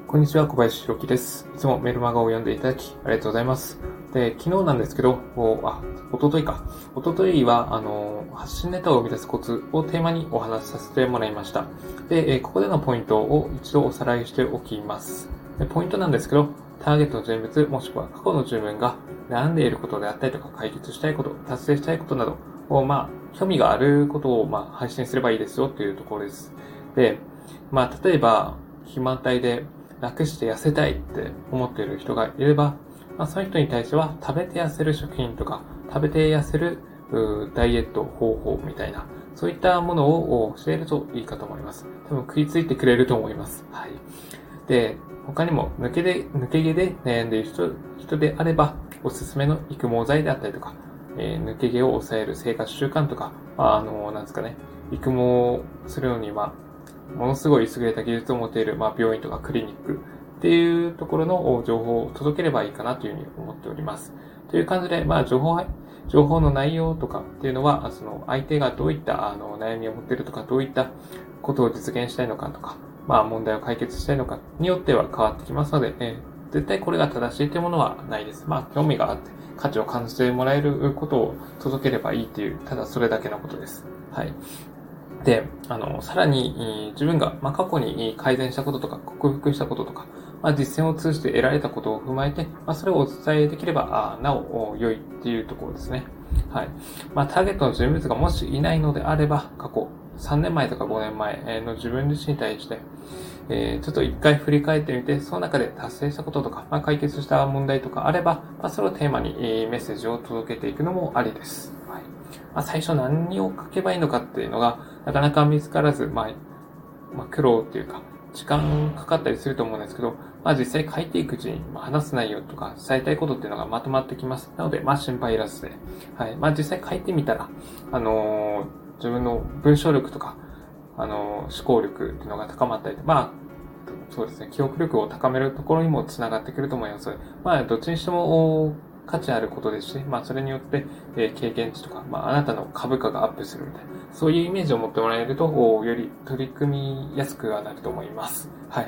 こんにちは、小林弘樹です。いつもメルマガを読んでいただき、ありがとうございます。で、昨日なんですけど、一昨日か。一昨日は、発信ネタを生み出すコツをテーマにお話しさせてもらいました。で、ここでのポイントを一度おさらいしておきます。で、ポイントなんですけど、ターゲットの人物、もしくは過去の自分が悩んでいることであったりとか、解決したいこと、達成したいことなどを、興味があることを、配信すればいいですよというところです。で、例えば、肥満体で楽して痩せたいって思っている人がいれば、そういう人に対しては食べて痩せる食品とか、食べて痩せるダイエット方法みたいな、そういったものを教えるといいかと思います。多分食いついてくれると思います。はい。で、他にも抜け毛で悩んでいる人であれば、おすすめの育毛剤であったりとか、抜け毛を抑える生活習慣とか、育毛するのにものすごい優れた技術を持っている、病院とかクリニックっていうところの情報を届ければいいかなというふうに思っております。という感じで、情報の内容とかっていうのは、その相手がどういった悩みを持っているとか、どういったことを実現したいのかとか、問題を解決したいのかによっては変わってきますので、絶対これが正しいというものはないです。興味があって価値を感じてもらえることを届ければいいという、ただそれだけのことです。はい。で、さらに、自分が、過去に改善したこととか、克服したこととか、実践を通じて得られたことを踏まえて、それをお伝えできれば、なお良いっていうところですね。はい。ターゲットの人物がもしいないのであれば、過去、3年前とか5年前の自分自身に対して、ちょっと一回振り返ってみて、その中で達成したこととか、解決した問題とかあれば、それをテーマにメッセージを届けていくのもありです。はい。最初何を書けばいいのかっていうのが、なかなか見つからず、苦労っていうか、時間かかったりすると思うんですけど、実際書いていくうちに、話す内容とか伝えたいことっていうのがまとまってきます。なので、心配いらずで。はい。実際書いてみたら、自分の文章力とか、思考力っていうのが高まったり、そうですね、記憶力を高めるところにもつながってくると思います。どっちにしても、価値あることですし、それによって、経験値とか、あなたの株価がアップするみたいな、そういうイメージを持ってもらえると、より取り組みやすくはなると思います。はい。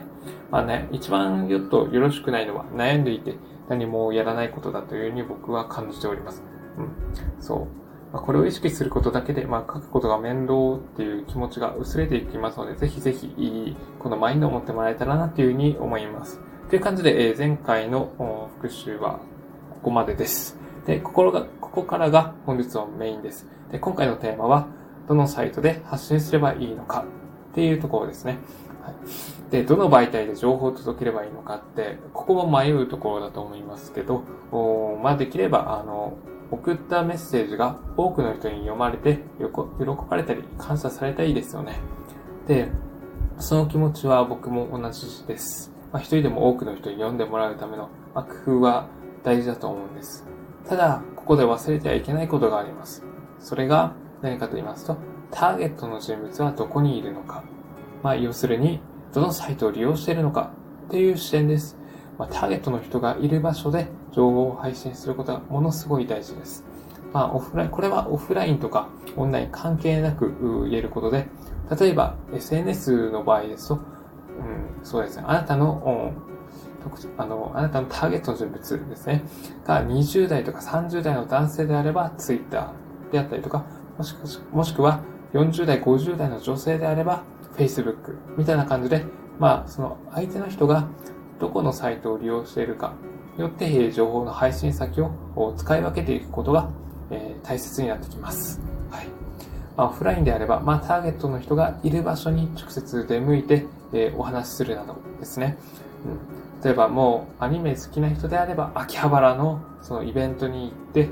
一番よろしくないのは、悩んでいて何もやらないことだというふうに僕は感じております。そう。これを意識することだけで、書くことが面倒っていう気持ちが薄れていきますので、ぜひぜひ、このマインドを持ってもらえたらなというふうに思います。という感じで、前回の復習は、ここまでです。で、ここからが本日のメインです。で、今回のテーマは、どのサイトで発信すればいいのかっていうところですね。はい。で、どの媒体で情報を届ければいいのかって、ここも迷うところだと思いますけど、できれば、送ったメッセージが多くの人に読まれて、喜ばれたり、感謝されたらいいですよね。で、その気持ちは僕も同じです。一人でも多くの人に読んでもらうための、工夫は大事だと思うんです。ただ、ここで忘れてはいけないことがあります。それが何かと言いますと、ターゲットの人物はどこにいるのか。要するに、どのサイトを利用しているのかっていう視点です。ターゲットの人がいる場所で情報を配信することがものすごい大事です。これはオフラインとかオンライン関係なく言えることで、例えば SNS の場合ですと、そうですね、あなたのターゲットの人物ですね、が20代とか30代の男性であれば Twitter であったりとか、もしくは40代、50代の女性であれば Facebook みたいな感じで、その相手の人がどこのサイトを利用しているかによって情報の配信先を使い分けていくことが大切になってきます。はい。オフラインであれば、ターゲットの人がいる場所に直接出向いてお話しするなどですね。例えばもうアニメ好きな人であれば、秋葉原のそのイベントに行って、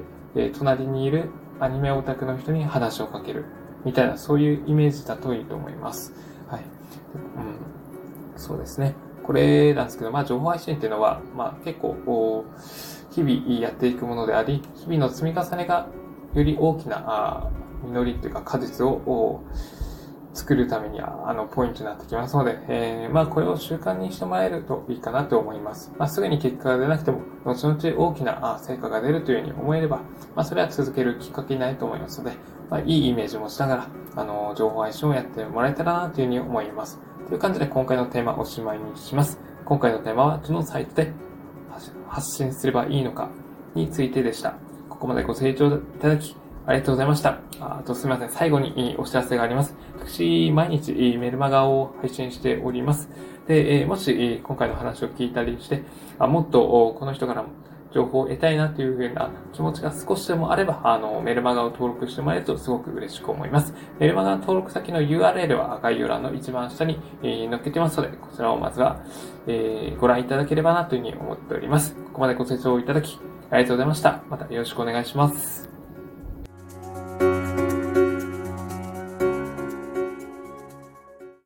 隣にいるアニメオタクの人に話をかけるみたいな、そういうイメージだといいと思います。はい。そうですね。これなんですけど、情報配信っていうのは、結構、日々やっていくものであり、日々の積み重ねがより大きな実りというか果実を作るためには、ポイントになってきますので、これを習慣にしてもらえるといいかなと思います。すぐに結果が出なくても、後々大きな成果が出るというふうに思えれば、それは続けるきっかけになると思いますので、いいイメージを持ちながら、情報配信をやってもらえたらなというふうに思います。という感じで今回のテーマおしまいにします。 今回のテーマはどのサイトで発信すればいいのかについてでした。ここまでご清聴いただきありがとうございました。すみません。最後にお知らせがあります。私、毎日メルマガを配信しております。で、もし今回の話を聞いたりして、もっとこの人から情報を得たいなというふうな気持ちが少しでもあれば、メルマガを登録してもらえるとすごく嬉しく思います。メルマガ登録先の URL は概要欄の一番下に載っけてますので、こちらをまずはご覧いただければなというふうに思っております。ここまでご清聴いただきありがとうございました。またよろしくお願いします。